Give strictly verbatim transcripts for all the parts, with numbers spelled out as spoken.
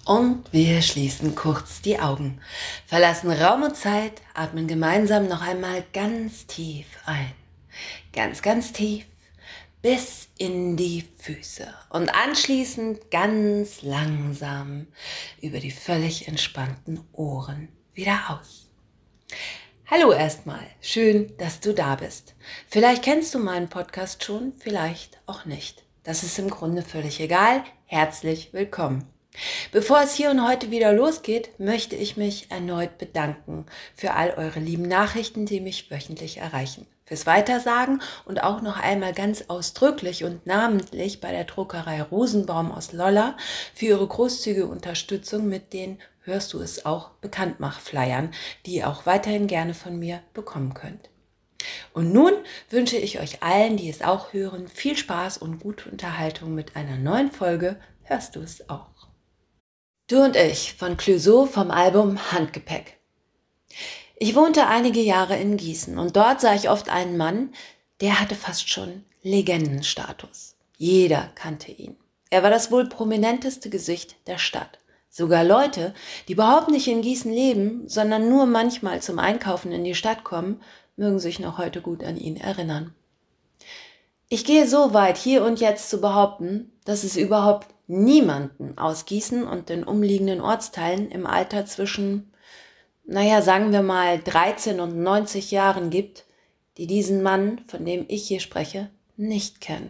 Und wir schließen kurz die Augen, verlassen Raum und Zeit, atmen gemeinsam noch einmal ganz tief ein. Ganz, ganz tief bis in die Füße und anschließend ganz langsam über die völlig entspannten Ohren wieder aus. Hallo erstmal, schön, dass du da bist. Vielleicht kennst du meinen Podcast schon, vielleicht auch nicht. Das ist im Grunde völlig egal. Herzlich willkommen. Bevor es hier und heute wieder losgeht, möchte ich mich erneut bedanken für all eure lieben Nachrichten, die mich wöchentlich erreichen. Fürs Weitersagen und auch noch einmal ganz ausdrücklich und namentlich bei der Druckerei Rosenbaum aus Lolla für ihre großzügige Unterstützung mit den Hörst du es auch Bekanntmach-Flyern, die ihr auch weiterhin gerne von mir bekommen könnt. Und nun wünsche ich euch allen, die es auch hören, viel Spaß und gute Unterhaltung mit einer neuen Folge Hörst du es auch. Du und ich von Clouseau vom Album Handgepäck. Ich wohnte einige Jahre in Gießen und dort sah ich oft einen Mann, der hatte fast schon Legendenstatus. Jeder kannte ihn. Er war das wohl prominenteste Gesicht der Stadt. Sogar Leute, die überhaupt nicht in Gießen leben, sondern nur manchmal zum Einkaufen in die Stadt kommen, mögen sich noch heute gut an ihn erinnern. Ich gehe so weit, hier und jetzt zu behaupten, dass es überhaupt niemanden aus Gießen und den umliegenden Ortsteilen im Alter zwischen, naja, sagen wir mal dreizehn und neunzig Jahren gibt, die diesen Mann, von dem ich hier spreche, nicht kennen.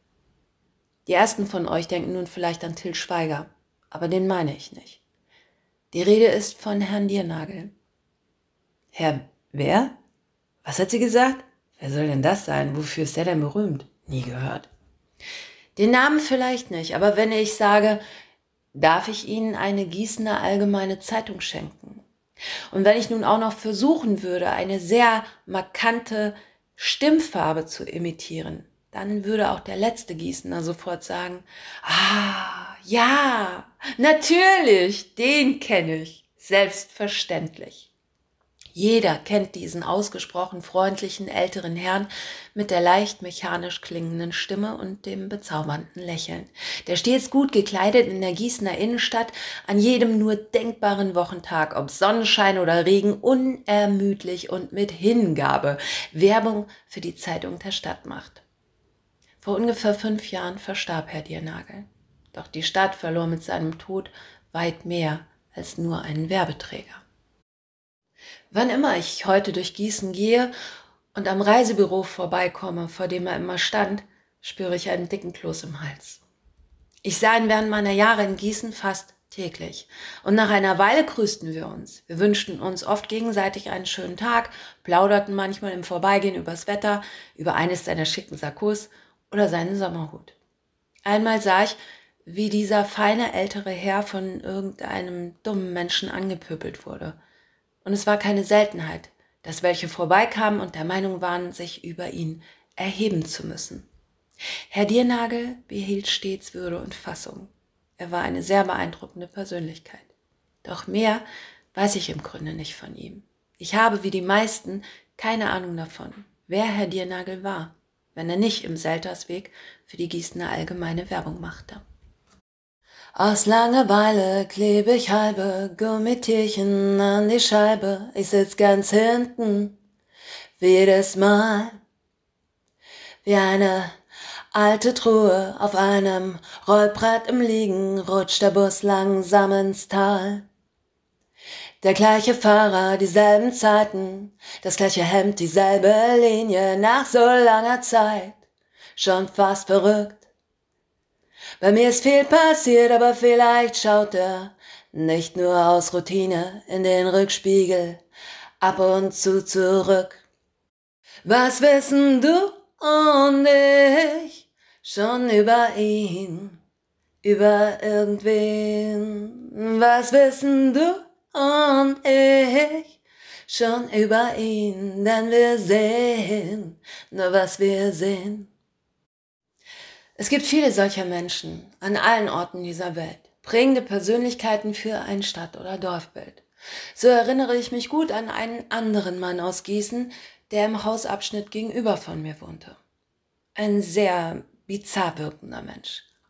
Die ersten von euch denken nun vielleicht an Till Schweiger, aber den meine ich nicht. Die Rede ist von Herrn Diernagel. Herr, wer? Was hat sie gesagt? Wer soll denn das sein? Wofür ist der denn berühmt? Nie gehört. Den Namen vielleicht nicht, aber wenn ich sage, darf ich Ihnen eine Gießener Allgemeine Zeitung schenken? Und wenn ich nun auch noch versuchen würde, eine sehr markante Stimmfarbe zu imitieren, dann würde auch der letzte Gießener sofort sagen, ah, ja, natürlich, den kenne ich, selbstverständlich. Jeder kennt diesen ausgesprochen freundlichen älteren Herrn mit der leicht mechanisch klingenden Stimme und dem bezaubernden Lächeln, der stets gut gekleidet in der Gießener Innenstadt an jedem nur denkbaren Wochentag, ob Sonnenschein oder Regen, unermüdlich und mit Hingabe Werbung für die Zeitung der Stadt macht. Vor ungefähr fünf Jahren verstarb Herr Diernagel. Doch die Stadt verlor mit seinem Tod weit mehr als nur einen Werbeträger. Wann immer ich heute durch Gießen gehe und am Reisebüro vorbeikomme, vor dem er immer stand, spüre ich einen dicken Kloß im Hals. Ich sah ihn während meiner Jahre in Gießen fast täglich. Und nach einer Weile grüßten wir uns. Wir wünschten uns oft gegenseitig einen schönen Tag, plauderten manchmal im Vorbeigehen übers Wetter, über eines seiner schicken Sakkos oder seinen Sommerhut. Einmal sah ich, wie dieser feine ältere Herr von irgendeinem dummen Menschen angepöbelt wurde. Und es war keine Seltenheit, dass welche vorbeikamen und der Meinung waren, sich über ihn erheben zu müssen. Herr Diernagel behielt stets Würde und Fassung. Er war eine sehr beeindruckende Persönlichkeit. Doch mehr weiß ich im Grunde nicht von ihm. Ich habe, wie die meisten, keine Ahnung davon, wer Herr Diernagel war, wenn er nicht im Seltersweg für die Gießener Allgemeine Werbung machte. Aus Langeweile kleb ich halbe Gummitierchen an die Scheibe. Ich sitz ganz hinten, wie jedes Mal, wie eine alte Truhe auf einem Rollbrett im Liegen, rutscht der Bus langsam ins Tal. Der gleiche Fahrer, dieselben Zeiten, das gleiche Hemd, dieselbe Linie, nach so langer Zeit, schon fast verrückt. Bei mir ist viel passiert, aber vielleicht schaut er nicht nur aus Routine in den Rückspiegel ab und zu zurück. Was wissen du und ich schon über ihn, über irgendwen? Was wissen du und ich schon über ihn? Denn wir sehen nur, was wir sehen. Es gibt viele solcher Menschen an allen Orten dieser Welt, prägende Persönlichkeiten für ein Stadt- oder Dorfbild. So erinnere ich mich gut an einen anderen Mann aus Gießen, der im Hausabschnitt gegenüber von mir wohnte. Ein sehr bizarr wirkender Mensch.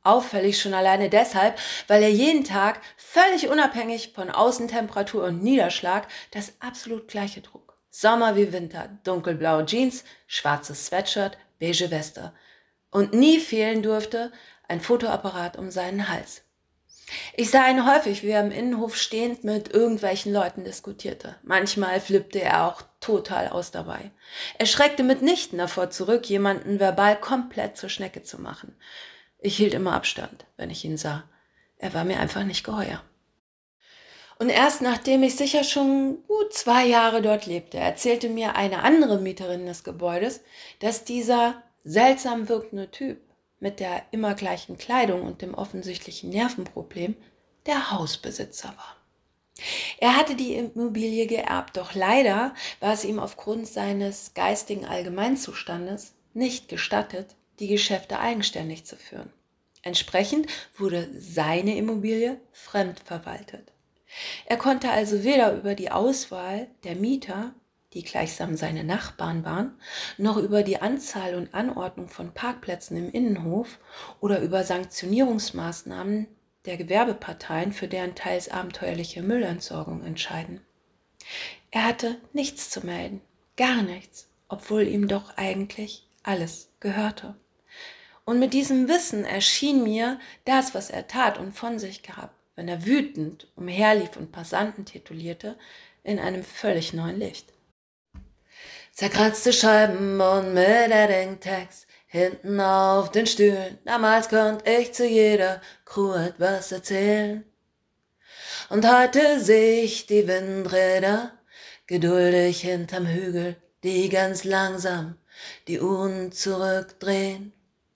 Auffällig schon alleine deshalb, weil er jeden Tag, völlig unabhängig von Außentemperatur und Niederschlag, das absolut gleiche trug. Sommer wie Winter, dunkelblaue Jeans, schwarzes Sweatshirt, beige Weste. Und nie fehlen durfte ein Fotoapparat um seinen Hals. Ich sah ihn häufig, wie er im Innenhof stehend mit irgendwelchen Leuten diskutierte. Manchmal flippte er auch total aus dabei. Er schreckte mitnichten davor zurück, jemanden verbal komplett zur Schnecke zu machen. Ich hielt immer Abstand, wenn ich ihn sah. Er war mir einfach nicht geheuer. Und erst nachdem ich sicher schon gut zwei Jahre dort lebte, erzählte mir eine andere Mieterin des Gebäudes, dass dieser seltsam wirkende Typ mit der immer gleichen Kleidung und dem offensichtlichen Nervenproblem der Hausbesitzer war. Er hatte die Immobilie geerbt, doch leider war es ihm aufgrund seines geistigen Allgemeinzustandes nicht gestattet, die Geschäfte eigenständig zu führen. Entsprechend wurde seine Immobilie fremdverwaltet. Er konnte also weder über die Auswahl der Mieter, die gleichsam seine Nachbarn waren, noch über die Anzahl und Anordnung von Parkplätzen im Innenhof oder über Sanktionierungsmaßnahmen der Gewerbeparteien für deren teils abenteuerliche Müllentsorgung entscheiden. Er hatte nichts zu melden, gar nichts, obwohl ihm doch eigentlich alles gehörte. Und mit diesem Wissen erschien mir das, was er tat und von sich gab, wenn er wütend umherlief und Passanten titulierte, in einem völlig neuen Licht. Zerkratzte Scheiben und Mittelding-Text hinten auf den Stühlen. Damals konnte ich zu jeder Crew etwas erzählen. Und heute seh ich die Windräder geduldig hinterm Hügel, die ganz langsam die Uhren zurückdrehen.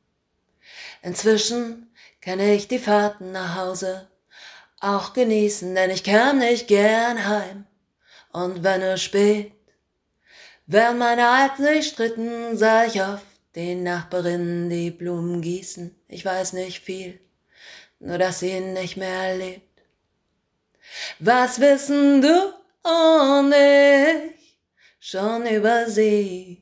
Inzwischen kann ich die Fahrten nach Hause auch genießen, denn ich kam nicht gern heim. Und wenn es spät, während meine Alten sich stritten, sah ich oft die Nachbarinnen die Blumen gießen. Ich weiß nicht viel, nur dass sie nicht mehr lebt. Was wissen du und ich schon über sie,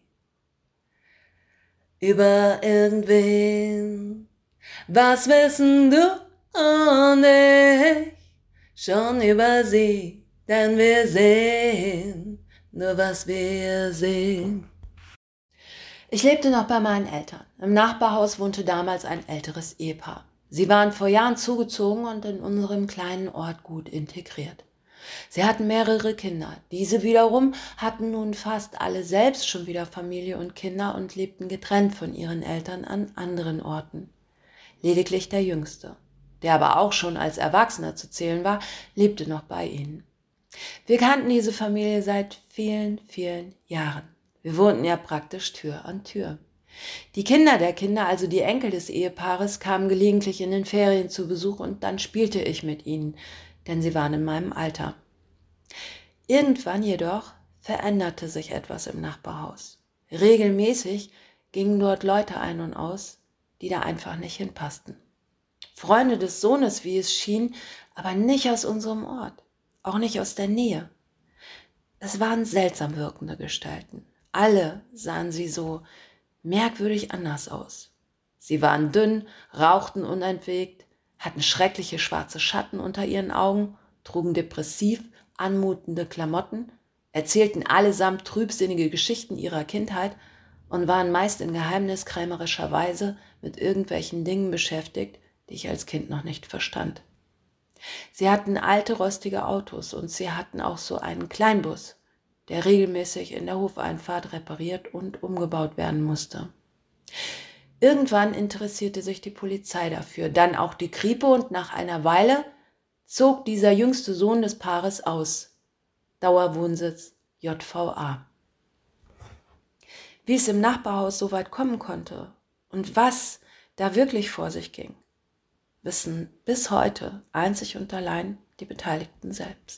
über irgendwen? Was wissen du und ich schon über sie? Denn wir sehen nur, was wir sehen. Ich lebte noch bei meinen Eltern. Im Nachbarhaus wohnte damals ein älteres Ehepaar. Sie waren vor Jahren zugezogen und in unserem kleinen Ort gut integriert. Sie hatten mehrere Kinder. Diese wiederum hatten nun fast alle selbst schon wieder Familie und Kinder und lebten getrennt von ihren Eltern an anderen Orten. Lediglich der Jüngste, der aber auch schon als Erwachsener zu zählen war, lebte noch bei ihnen. Wir kannten diese Familie seit vielen, vielen Jahren. Wir wohnten ja praktisch Tür an Tür. Die Kinder der Kinder, also die Enkel des Ehepaares, kamen gelegentlich in den Ferien zu Besuch und dann spielte ich mit ihnen, denn sie waren in meinem Alter. Irgendwann jedoch veränderte sich etwas im Nachbarhaus. Regelmäßig gingen dort Leute ein und aus, die da einfach nicht hinpassten. Freunde des Sohnes, wie es schien, aber nicht aus unserem Ort, auch nicht aus der Nähe. Es waren seltsam wirkende Gestalten. Alle sahen sie so merkwürdig anders aus. Sie waren dünn, rauchten unentwegt, hatten schreckliche schwarze Schatten unter ihren Augen, trugen depressiv anmutende Klamotten, erzählten allesamt trübsinnige Geschichten ihrer Kindheit und waren meist in geheimniskrämerischer Weise mit irgendwelchen Dingen beschäftigt, die ich als Kind noch nicht verstand. Sie hatten alte, rostige Autos und sie hatten auch so einen Kleinbus, der regelmäßig in der Hofeinfahrt repariert und umgebaut werden musste. Irgendwann interessierte sich die Polizei dafür, dann auch die Kripo und nach einer Weile zog dieser jüngste Sohn des Paares aus. Dauerwohnsitz J V A. Wie es im Nachbarhaus so weit kommen konnte und was da wirklich vor sich ging, wissen bis heute einzig und allein die Beteiligten selbst.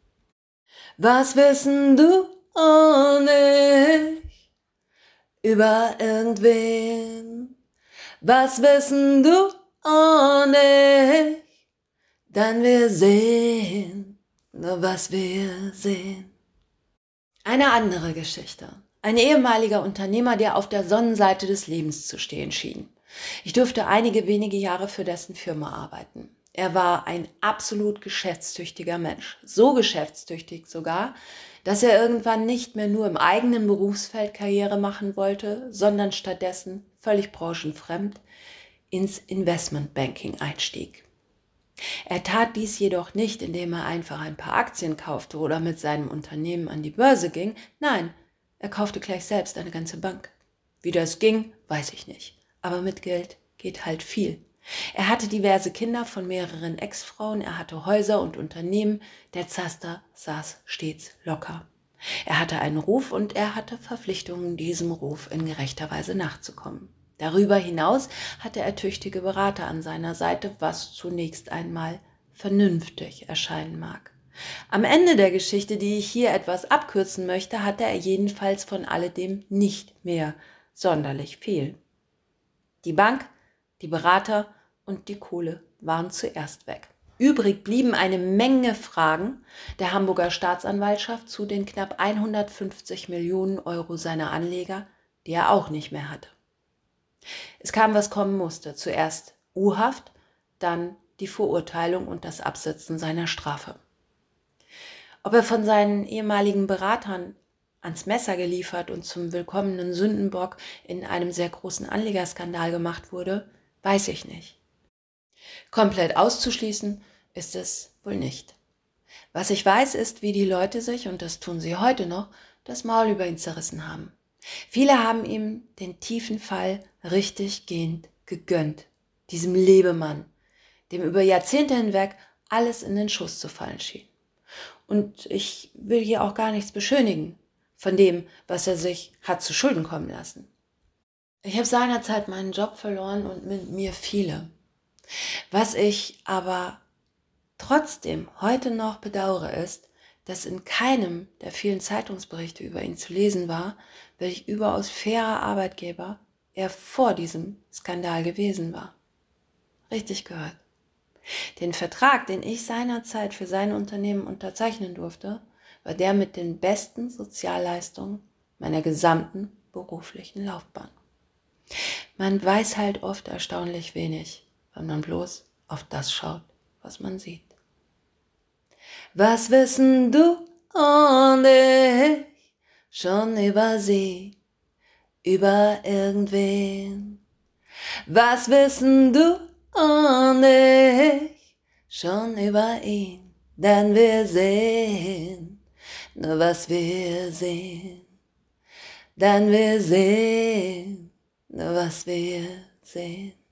Was wissen du und ich über irgendwen? Was wissen du und ich? Denn wir sehen nur, was wir sehen. Eine andere Geschichte. Ein ehemaliger Unternehmer, der auf der Sonnenseite des Lebens zu stehen schien. Ich durfte einige wenige Jahre für dessen Firma arbeiten. Er war ein absolut geschäftstüchtiger Mensch. So geschäftstüchtig sogar, dass er irgendwann nicht mehr nur im eigenen Berufsfeld Karriere machen wollte, sondern stattdessen, völlig branchenfremd, ins Investmentbanking einstieg. Er tat dies jedoch nicht, indem er einfach ein paar Aktien kaufte oder mit seinem Unternehmen an die Börse ging. Nein, er kaufte gleich selbst eine ganze Bank. Wie das ging, weiß ich nicht. Aber mit Geld geht halt viel. Er hatte diverse Kinder von mehreren Ex-Frauen, er hatte Häuser und Unternehmen, der Zaster saß stets locker. Er hatte einen Ruf und er hatte Verpflichtungen, diesem Ruf in gerechter Weise nachzukommen. Darüber hinaus hatte er tüchtige Berater an seiner Seite, was zunächst einmal vernünftig erscheinen mag. Am Ende der Geschichte, die ich hier etwas abkürzen möchte, hatte er jedenfalls von alledem nicht mehr sonderlich viel. Die Bank, die Berater und die Kohle waren zuerst weg. Übrig blieben eine Menge Fragen der Hamburger Staatsanwaltschaft zu den knapp hundertfünfzig Millionen Euro seiner Anleger, die er auch nicht mehr hatte. Es kam, was kommen musste. Zuerst U-Haft, dann die Verurteilung und das Absitzen seiner Strafe. Ob er von seinen ehemaligen Beratern ans Messer geliefert und zum willkommenen Sündenbock in einem sehr großen Anlegerskandal gemacht wurde, weiß ich nicht. Komplett auszuschließen ist es wohl nicht. Was ich weiß, ist, wie die Leute sich, und das tun sie heute noch, das Maul über ihn zerrissen haben. Viele haben ihm den tiefen Fall richtig gehend gegönnt, diesem Lebemann, dem über Jahrzehnte hinweg alles in den Schuss zu fallen schien. Und ich will hier auch gar nichts beschönigen von dem, was er sich hat zu Schulden kommen lassen. Ich habe seinerzeit meinen Job verloren und mit mir viele. Was ich aber trotzdem heute noch bedauere, ist, dass in keinem der vielen Zeitungsberichte über ihn zu lesen war, welch überaus fairer Arbeitgeber er vor diesem Skandal gewesen war. Richtig gehört. Den Vertrag, den ich seinerzeit für sein Unternehmen unterzeichnen durfte, war der mit den besten Sozialleistungen meiner gesamten beruflichen Laufbahn. Man weiß halt oft erstaunlich wenig, wenn man bloß auf das schaut, was man sieht. Was wissen du und ich schon über sie, über irgendwen? Was wissen du und ich schon über ihn? Denn wir sehen nur, was wir sehen. Denn wir sehen nur, was wir sehen.